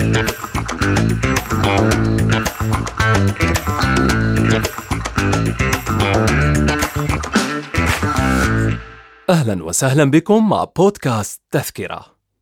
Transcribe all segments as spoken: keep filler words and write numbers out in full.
أهلا وسهلا بكم مع بودكاست تذكرة.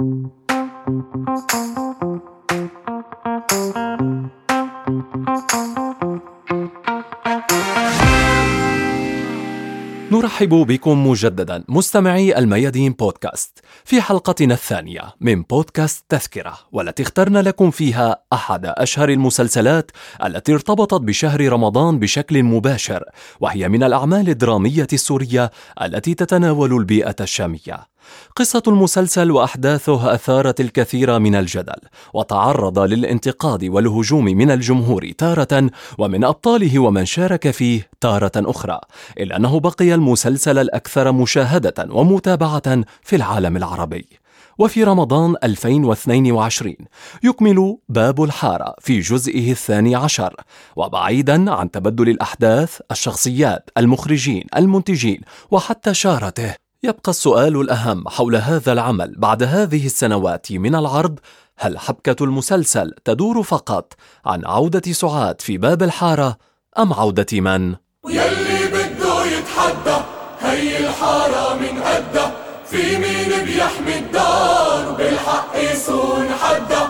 نرحب بكم مجددا مستمعي الميادين بودكاست في حلقتنا الثانية من بودكاست تذكرة، والتي اخترنا لكم فيها أحد أشهر المسلسلات التي ارتبطت بشهر رمضان بشكل مباشر، وهي من الأعمال الدرامية السورية التي تتناول البيئة الشامية. قصة المسلسل وأحداثه أثارت الكثير من الجدل، وتعرض للانتقاد والهجوم من الجمهور تارة، ومن أبطاله ومن شارك فيه تارة أخرى، إلا أنه بقي المسلسل الأكثر مشاهدة ومتابعة في العالم العربي. وفي رمضان ألفين واثنين وعشرين يكمل باب الحارة في جزئه الثاني عشر، وبعيدا عن تبدل الأحداث، الشخصيات، المخرجين، المنتجين، وحتى شارته، يبقى السؤال الأهم حول هذا العمل بعد هذه السنوات من العرض: هل حبكة المسلسل تدور فقط عن عودة سعاد في باب الحارة، أم عودة من؟ ويلي بده يتحدى هي الحارة من قدها، في مين بيحمي الدار وبالحق يصون حدا.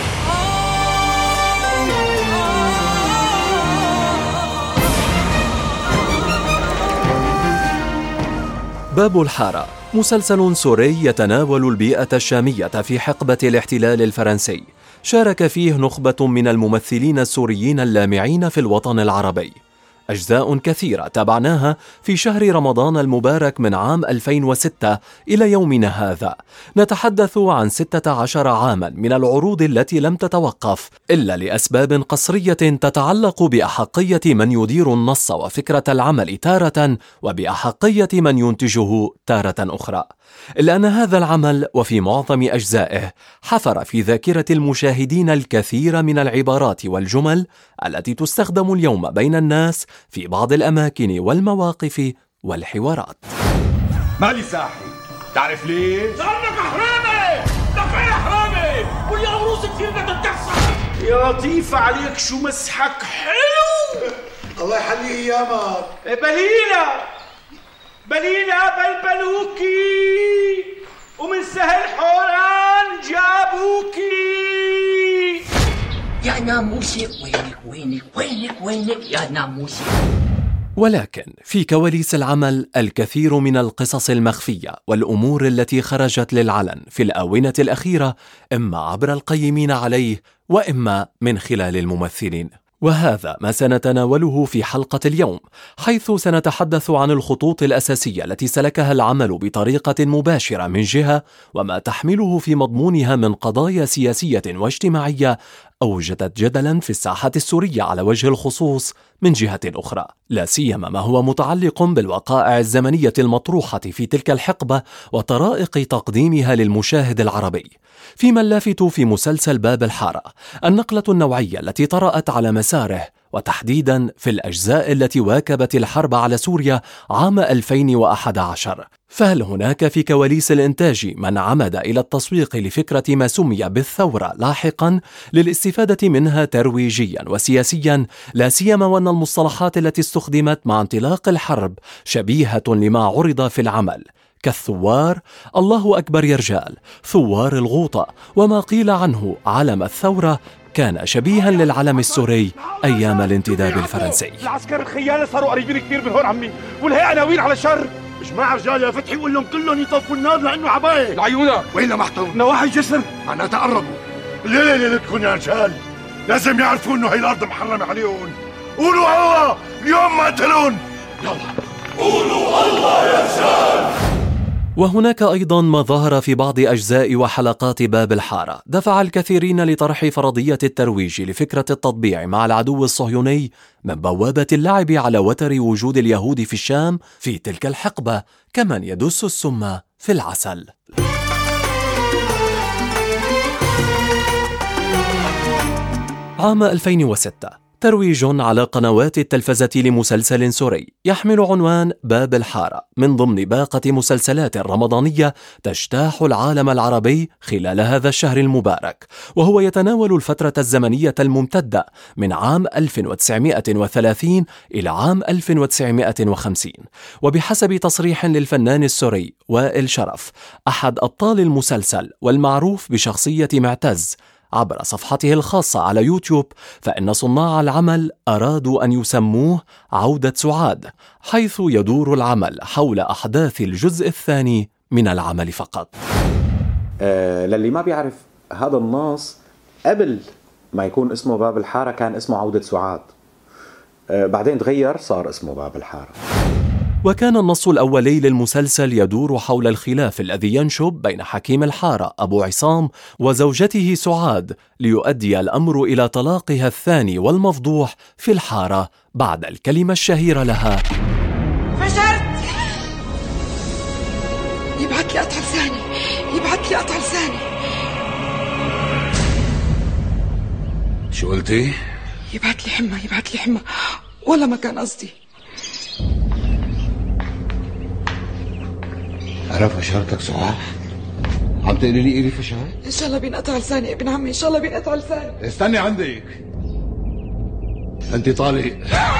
باب الحارة مسلسل سوري يتناول البيئة الشامية في حقبة الاحتلال الفرنسي، شارك فيه نخبة من الممثلين السوريين اللامعين في الوطن العربي. أجزاء كثيرة تابعناها في شهر رمضان المبارك من عام ألفين وستة إلى يومنا هذا. نتحدث عن ستة عشر عاما من العروض التي لم تتوقف إلا لأسباب قصرية تتعلق بأحقية من يدير النص وفكرة العمل تارة، وبأحقية من ينتجه تارة أخرى، إلا أن هذا العمل وفي معظم أجزائه حفر في ذاكرة المشاهدين الكثير من العبارات والجمل التي تستخدم اليوم بين الناس في بعض الأماكن والمواقف والحوارات. مالي ساحي، تعرف ليش؟ لأنك حرامي، دفعي حرامي، واللي عروسك كثير بدها تكسر. يا لطيف عليك، شو مسحك حلو. الله يحليه ايامك. بليلة بليلة بلبلوكي، ومن سهل حوران جابوكي. يا ناموسي وينك وينك وينك وينك يا ناموسي. ولكن في كواليس العمل الكثير من القصص المخفية والأمور التي خرجت للعلن في الآونة الأخيرة، إما عبر القيمين عليه وإما من خلال الممثلين. وهذا ما سنتناوله في حلقة اليوم، حيث سنتحدث عن الخطوط الأساسية التي سلكها العمل بطريقة مباشرة من جهة، وما تحمله في مضمونها من قضايا سياسية واجتماعية أوجدت جدلا في الساحة السورية على وجه الخصوص من جهة أخرى، لا سيما ما هو متعلق بالوقائع الزمنية المطروحة في تلك الحقبة وطرائق تقديمها للمشاهد العربي. فيما اللافت في مسلسل باب الحارة النقلة النوعية التي طرأت على مساره، وتحديدا في الأجزاء التي واكبت الحرب على سوريا عام ألفين وأحد عشر. فهل هناك في كواليس الإنتاج من عمد إلى التسويق لفكرة ما سمي بالثورة لاحقا للاستفادة منها ترويجيا وسياسيا، لا سيما وأن المصطلحات التي استخدمت مع انطلاق الحرب شبيهة لما عرض في العمل، كالثوار، الله أكبر يا رجال، ثوار الغوطة، وما قيل عنه علم الثورة كان شبيها للعلم السوري أيام الانتداب الفرنسي. العسكر الخيانة صاروا قريبين كثير من هون عمي، والهي عناوين على شر. اجمع رجال يا فتحي وقول لهم كلهم يطفوا النار لأنه عباية العيونة. وين لمحتهم؟ نواحي الجسر. أنا تقربوا. الليلة ليلتكم يا رجال، لازم يعرفوا إنه هي الأرض محرمة عليهم. قولوا الله اليوم ما قتلون. يلا قولوا الله يا رجال. وهناك أيضا ما ظهر في بعض أجزاء وحلقات باب الحارة دفع الكثيرين لطرح فرضية الترويج لفكرة التطبيع مع العدو الصهيوني من بوابة اللعب على وتر وجود اليهود في الشام في تلك الحقبة كمن يدس السم في العسل. عام ألفين وستة ترويج على قنوات التلفزة لمسلسل سوري يحمل عنوان باب الحارة من ضمن باقة مسلسلات رمضانية تجتاح العالم العربي خلال هذا الشهر المبارك، وهو يتناول الفترة الزمنية الممتدة من عام ألف وتسعمائة وثلاثين إلى عام ألف وتسعمائة وخمسين. وبحسب تصريح للفنان السوري وائل شرف أحد أبطال المسلسل والمعروف بشخصية معتز عبر صفحته الخاصة على يوتيوب، فإن صناع العمل أرادوا أن يسموه عودة سعاد، حيث يدور العمل حول أحداث الجزء الثاني من العمل فقط. آه للي ما بيعرف، هذا النص قبل ما يكون اسمه باب الحارة كان اسمه عودة سعاد، آه بعدين تغير صار اسمه باب الحارة. وكان النص الأولي للمسلسل يدور حول الخلاف الذي ينشب بين حكيم الحارة أبو عصام وزوجته سعاد، ليؤدي الأمر إلى طلاقها الثاني والمفضوح في الحارة بعد الكلمة الشهيرة لها: فشلت. يبعت لي قطع لساني، يبعت لي قطع لساني. شو قلتي؟ يبعت لي حمى، يبعت لي حمى، ولا ما كان قصدي. أنا فشلتك سعاد؟ عم تقولي لي إلي فشلت؟ إن شاء الله بينقطع لساني ابن عمي، إن شاء الله بينقطع لساني. استني عندك، أنت طالق.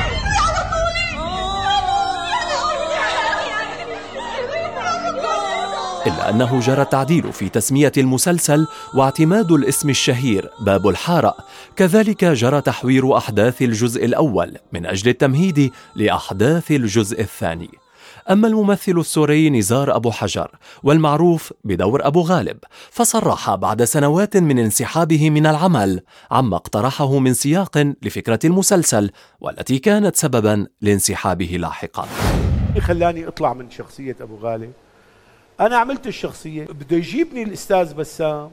إلا أنه جرى التعديل في تسمية المسلسل واعتماد الاسم الشهير باب الحارة، كذلك جرى تحوير أحداث الجزء الأول من أجل التمهيد لأحداث الجزء الثاني. أما الممثل السوري نزار أبو حجر والمعروف بدور أبو غالب، فصرح بعد سنوات من انسحابه من العمل عما اقترحه من سياق لفكرة المسلسل، والتي كانت سببا لانسحابه لاحقا. خلاني أطلع من شخصية أبو غالب. أنا عملت الشخصية، بده يجيبني الأستاذ بسام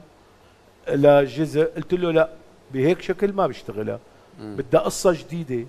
لجزء، قلت له لا، بهيك شكل ما بيشتغلها، بدها قصة جديدة.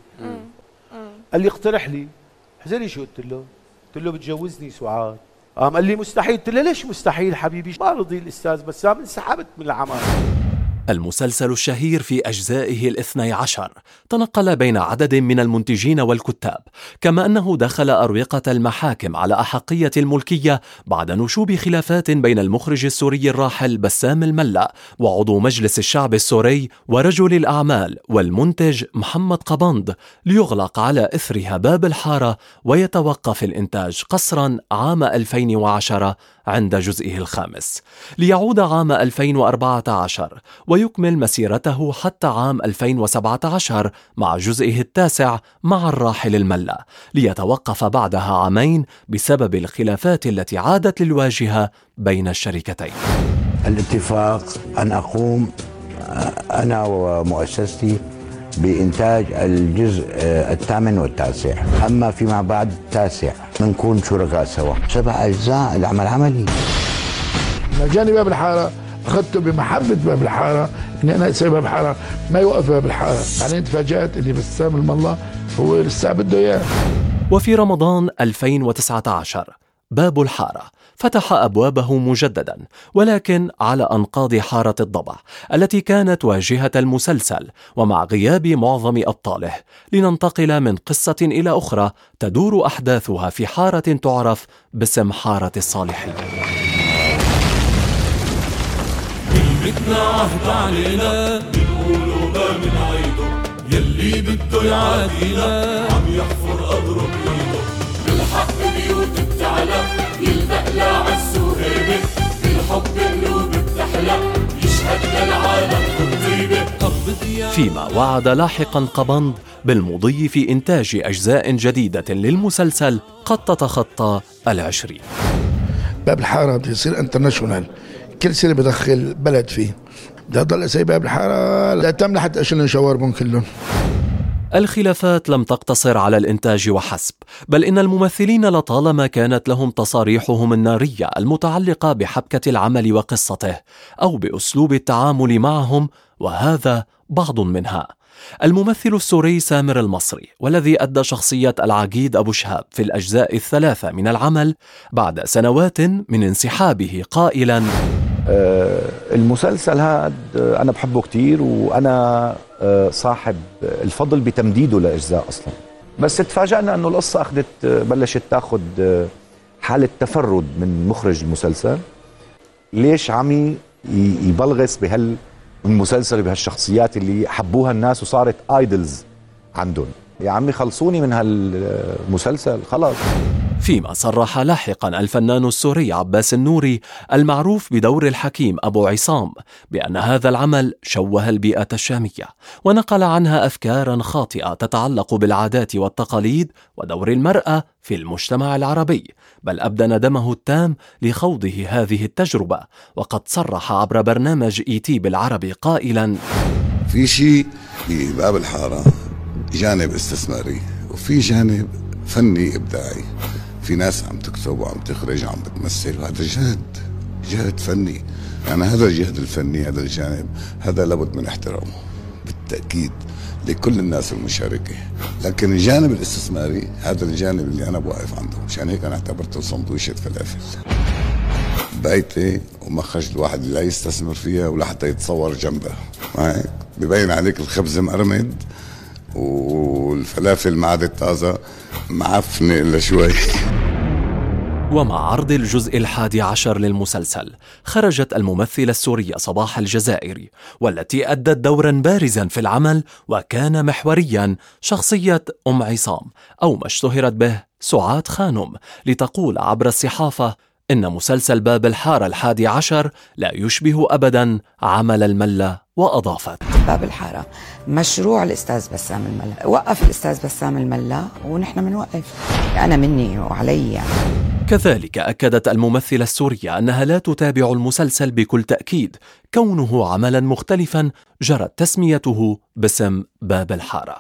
قال لي اقترح لي. حزلي شو قلت له؟ قلت له بتجوزني سعاد. قام قال لي مستحيل. قلت له ليش مستحيل حبيبي؟ ما رضي الأستاذ بسام، انسحبت من العمل. المسلسل الشهير في أجزائه الاثني عشر تنقل بين عدد من المنتجين والكتاب، كما أنه دخل أروقة المحاكم على أحقية الملكية بعد نشوب خلافات بين المخرج السوري الراحل بسام الملا وعضو مجلس الشعب السوري ورجل الأعمال والمنتج محمد قبند، ليغلق على إثرها باب الحارة ويتوقف الإنتاج قسرا عام ألفين وعشرة عند جزئه الخامس، ليعود عام ألفين وأربعة عشر ويكمل مسيرته حتى عام ألفين وسبعة عشر مع جزئه التاسع مع الراحل الملا، ليتوقف بعدها عامين بسبب الخلافات التي عادت للواجهة بين الشركتين. الاتفاق أن أقوم أنا ومؤسستي بإنتاج الجزء الثامن والتاسع، أما فيما بعد التاسع نكون شركاء سوا. سبع أجزاء العمل عملي. جاني باب الحارة، أخذته بمحبة باب الحارة، إني أنا أسوي باب الحارة ما يوقف باب الحارة. بعدين تفاجأت اللي بسام الملا هو لسه بده إياه. وفي رمضان ألفين وتسعة عشر باب الحارة فتح أبوابه مجددا، ولكن على أنقاض حارة الضبع التي كانت واجهة المسلسل ومع غياب معظم أبطاله، لننتقل من قصة إلى أخرى تدور أحداثها في حارة تعرف باسم حارة الصالحين. كلمتنا عهد علينا، بنقولوا ما من عيده، يلي بده يعادينا عم يحفر أضرب ايده. بالحق بيوت بتعلى، يلبق لعز وهيبة، بالحب قلوب بتحلى، يشهد للعالم بالطيبة. فيما وعد لاحقا قبند بالمضي في إنتاج أجزاء جديدة للمسلسل قد تتخطى العشرين. باب الحارة بده يصير انترناشونال، كل سنة بدخل بلد فيه، بدي أضل أسوي باب الحارة لأتم لحتى أشيلن شواربهم كلهم. الخلافات لم تقتصر على الإنتاج وحسب، بل إن الممثلين لطالما كانت لهم تصاريحهم النارية المتعلقة بحبكة العمل وقصته أو بأسلوب التعامل معهم، وهذا بعض منها. الممثل السوري سامر المصري، والذي أدى شخصية العقيد أبو شهاب في الأجزاء الثلاثة من العمل، بعد سنوات من انسحابه قائلا: المسلسل هذا أنا بحبه كتير، وأنا صاحب الفضل بتمديده لأجزاء أصلا. بس تفاجأنا أنه القصة أخذت بلشت تاخد حالة تفرد من مخرج المسلسل. ليش عمي يبلغس بهالمسلسل بهالشخصيات اللي حبوها الناس وصارت آيدلز عندهم؟ يا عمي خلصوني من هالمسلسل خلاص. فيما صرح لاحقا الفنان السوري عباس النوري المعروف بدور الحكيم أبو عصام بأن هذا العمل شوه البيئة الشامية، ونقل عنها أفكارا خاطئة تتعلق بالعادات والتقاليد ودور المرأة في المجتمع العربي، بل أبدى ندمه التام لخوضه هذه التجربة. وقد صرح عبر برنامج إي تي بالعربي قائلا: في شيء بباب الحارة جانب استثماري وفي جانب فني إبداعي، في ناس عم تكتب وعم تخرج وعم بتمثل، وهذا جهد جهد فني. يعني هذا الجهد الفني، هذا الجانب، هذا لابد من احترامه بالتأكيد لكل الناس المشاركة. لكن الجانب الاستثماري هذا الجانب اللي أنا بوقف عنده، مشان هيك أنا اعتبرته سندويشة فلافل، بيتي ومخرج الواحد اللي لا يستثمر فيها ولا حتى يتصور جنبها. معك ببين عليك الخبز مقرمد والفلافل ما عادت طازة معفنة إلا شوي. ومع عرض الجزء الحادي عشر للمسلسل، خرجت الممثلة السورية صباح الجزائري، والتي أدت دورا بارزا في العمل وكان محوريا، شخصية أم عصام أو ما اشتهرت به سعاد خانم، لتقول عبر الصحافة إن مسلسل باب الحارة الحادي عشر لا يشبه أبدا عمل الملة، وأضافت: باب الحارة مشروع الأستاذ بسام الملا، وقف الأستاذ بسام الملا ونحن منوقف، أنا مني وعلي. كذلك أكدت الممثلة السورية أنها لا تتابع المسلسل بكل تأكيد، كونه عملا مختلفا جرت تسميته باسم باب الحارة.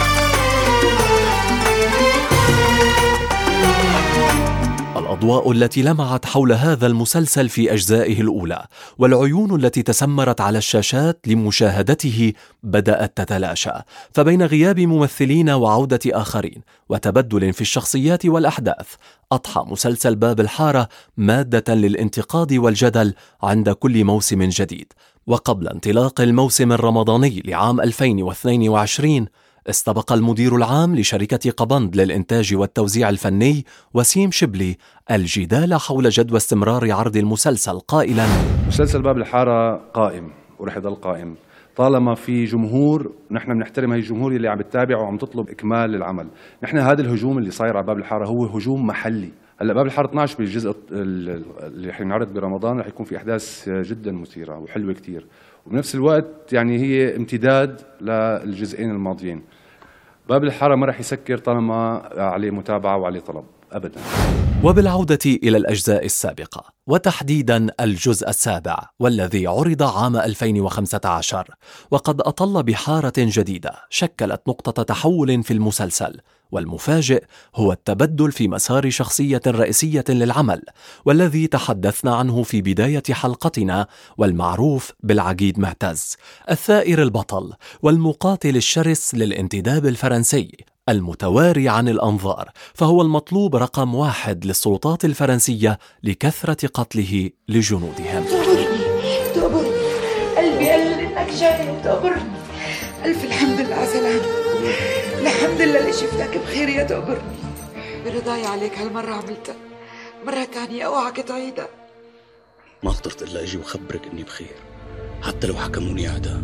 الأضواء التي لمعت حول هذا المسلسل في أجزائه الأولى والعيون التي تسمرت على الشاشات لمشاهدته بدأت تتلاشى، فبين غياب ممثلين وعودة آخرين وتبدل في الشخصيات والأحداث، أضحى مسلسل باب الحارة مادة للانتقاد والجدل عند كل موسم جديد. وقبل انطلاق الموسم الرمضاني لعام ألفين واثنين وعشرين، استبق المدير العام لشركة قبند للإنتاج والتوزيع الفني وسيم شبلي الجدال حول جدوى استمرار عرض المسلسل قائلا: مسلسل باب الحارة قائم ورح يضل قائم طالما في جمهور. نحن بنحترم هاي الجمهور اللي عم بتتابع وعم تطلب إكمال العمل. نحن هذا الهجوم اللي صاير على باب الحارة هو هجوم محلي. هلا باب الحارة اثنعش بالجزء اللي حينعرض برمضان رح يكون في أحداث جدا مثيرة وحلوة كتير، وبنفس الوقت يعني هي امتداد للجزئين الماضيين. باب الحارة ما رح يسكر طالما عليه متابعة وعليه طلب أبدا. وبالعودة إلى الأجزاء السابقة وتحديدا الجزء السابع والذي عرض عام ألفين وخمسة عشر، وقد أطل بحارة جديدة شكلت نقطة تحول في المسلسل، والمفاجئ هو التبدل في مسار شخصية رئيسية للعمل، والذي تحدثنا عنه في بداية حلقتنا، والمعروف بالعقيد معتز، الثائر البطل والمقاتل الشرس للانتداب الفرنسي المتواري عن الأنظار، فهو المطلوب رقم واحد للسلطات الفرنسية لكثرة قتله لجنودهم. تقبرني تقبرني قلبي قال إنك جاي تقبرني. ألف الحمد لله على سلامتك، الحمد لله اللي شفتك بخير يا تقبرني. برضاي عليك هالمرة عملتها، مرة تانية اوعك تعيدها. ما قدرت إلا أجي وخبرك إني بخير حتى لو حكموني أعداء.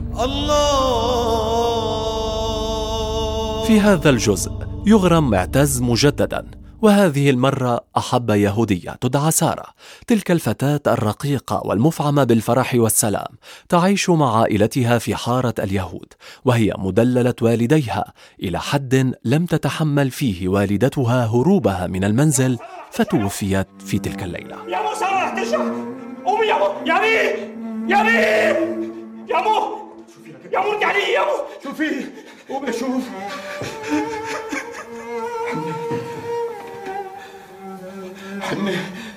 في هذا الجزء يغرم معتز مجددا، وهذه المرة أحب يهودية تدعى سارة، تلك الفتاة الرقيقة والمفعمة بالفرح والسلام، تعيش مع عائلتها في حارة اليهود، وهي مدللة والديها إلى حد لم تتحمل فيه والدتها هروبها من المنزل، فتوفيت في تلك الليلة. يا مو سارة احتشف، قومي يا مو، يا مي يا مي يا مو، يا مو ارجع لي يا مو، شوفي قومي اشوف. حني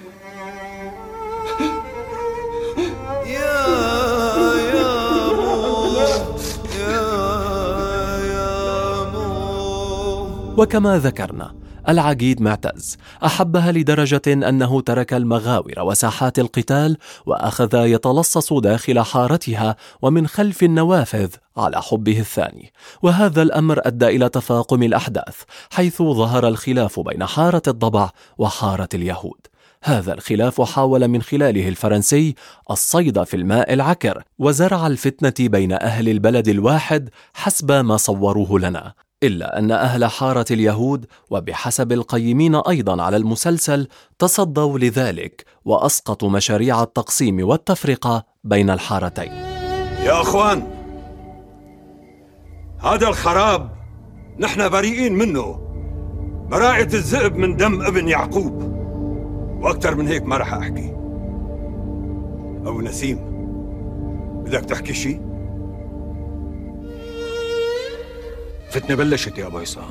يا يا مو يا يا مو. وكما ذكرنا العقيد معتز أحبها لدرجة أنه ترك المغاور وساحات القتال وأخذ يتلصص داخل حارتها ومن خلف النوافذ على حبه الثاني، وهذا الأمر أدى إلى تفاقم الأحداث، حيث ظهر الخلاف بين حارة الضبع وحارة اليهود. هذا الخلاف حاول من خلاله الفرنسي الصيد في الماء العكر، وزرع الفتنة بين أهل البلد الواحد حسب ما صوروه لنا، إلا أن أهل حارة اليهود وبحسب القيمين أيضا على المسلسل تصدوا لذلك وأسقطوا مشاريع التقسيم والتفرقة بين الحارتين. يا أخوان، هذا الخراب نحن بريئين منه، براعة الذئب من دم ابن يعقوب، وأكثر من هيك ما رح أحكي. أبو نسيم، بدك تحكي شيء؟ فتنة بلشت يا أبو عصام،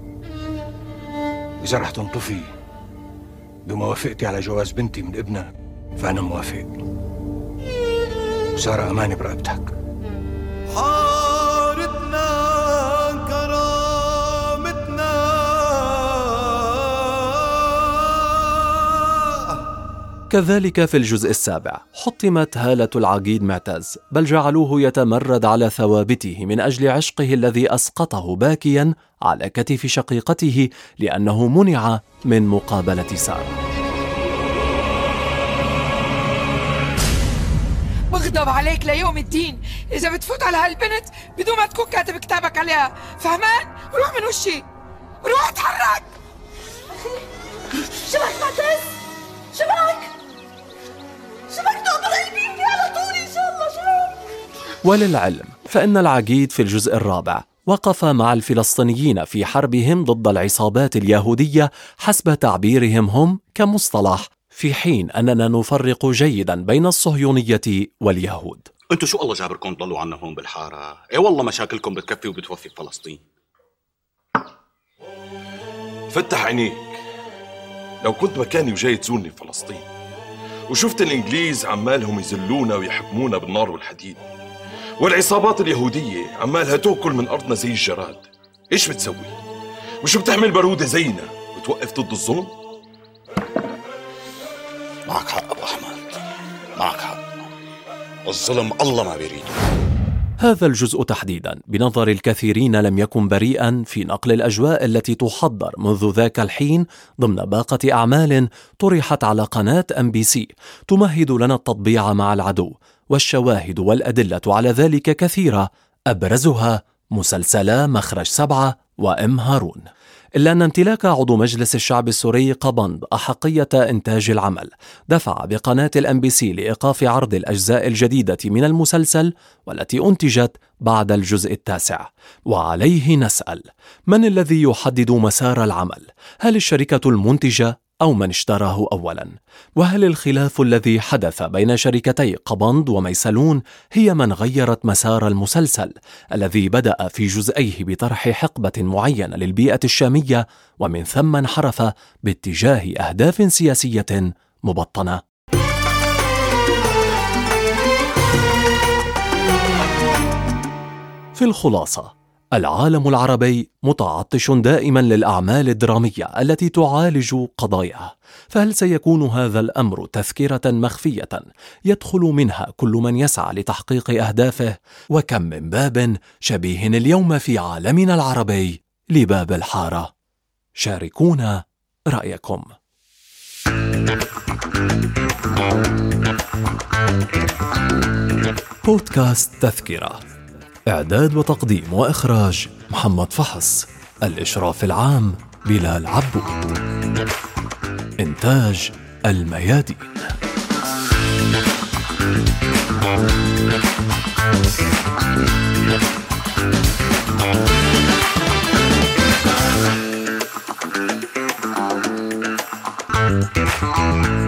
إذا رح تنطفي بموافقتي على جواز بنتي من ابنك فأنا موافق، وسارة أماني برقبتك. حارتنا كرامتنا، كذلك في الجزء السابع حطمت هالة العقيد معتز، بل جعلوه يتمرد على ثوابته من أجل عشقه الذي أسقطه باكيا على كتف شقيقته لأنه منع من مقابلة سارة. بغضب عليك ليوم الدين إذا بتفوت على هالبنت بدون ما تكون كاتب كتابك عليها، فهمان؟ روح من وشي، روح اتحرك. شبك معتز؟ شبك؟ شبك تقبض قلبي على طول إن شاء الله. شبك. وللعلم فإن العقيد في الجزء الرابع وقف مع الفلسطينيين في حربهم ضد العصابات اليهودية حسب تعبيرهم هم كمصطلح، في حين أننا نفرق جيدا بين الصهيونية واليهود. انتوا شو الله جابركم تضلوا عنا هون بالحارة؟ اي والله مشاكلكم بتكفي وبتوفي فلسطين. فتح عينيك، لو كنت مكاني وجاي تزورني بفلسطين وشفت الإنجليز عمالهم يذلونا ويحكمونا بالنار والحديد، والعصابات اليهودية عمالها تأكل من أرضنا زي الجراد، إيش بتسوي؟ وشو بتعمل برودة زينا وتوقف ضد الظلم؟ معك حق أبو أحمد، معك حق، الظلم الله ما بيريده. هذا الجزء تحديدا بنظر الكثيرين لم يكن بريئا في نقل الأجواء التي تحضر منذ ذاك الحين ضمن باقة أعمال طرحت على قناة أم بي سي تمهد لنا التطبيع مع العدو، والشواهد والأدلة على ذلك كثيرة، أبرزها مسلسلا مخرج سبعة وإم هارون. إلا أن امتلاك عضو مجلس الشعب السوري قبند أحقية إنتاج العمل دفع بقناة الأم بي سي لإيقاف عرض الأجزاء الجديدة من المسلسل والتي أنتجت بعد الجزء التاسع. وعليه نسأل: من الذي يحدد مسار العمل؟ هل الشركة المنتجة أو من اشتراه أولا؟ وهل الخلاف الذي حدث بين شركتي قبند وميسلون هي من غيرت مسار المسلسل الذي بدأ في جزئيه بطرح حقبة معينة للبيئة الشامية ومن ثم انحرف باتجاه أهداف سياسية مبطنة؟ في الخلاصة، العالم العربي متعطش دائما للأعمال الدرامية التي تعالج قضاياه، فهل سيكون هذا الأمر تذكرة مخفية يدخل منها كل من يسعى لتحقيق أهدافه؟ وكم من باب شبيه اليوم في عالمنا العربي لباب الحارة؟ شاركونا رأيكم. بودكاست تذكرة، إعداد وتقديم وإخراج محمد فحص، الإشراف العام بلال عبود، إنتاج الميادين. Thank you.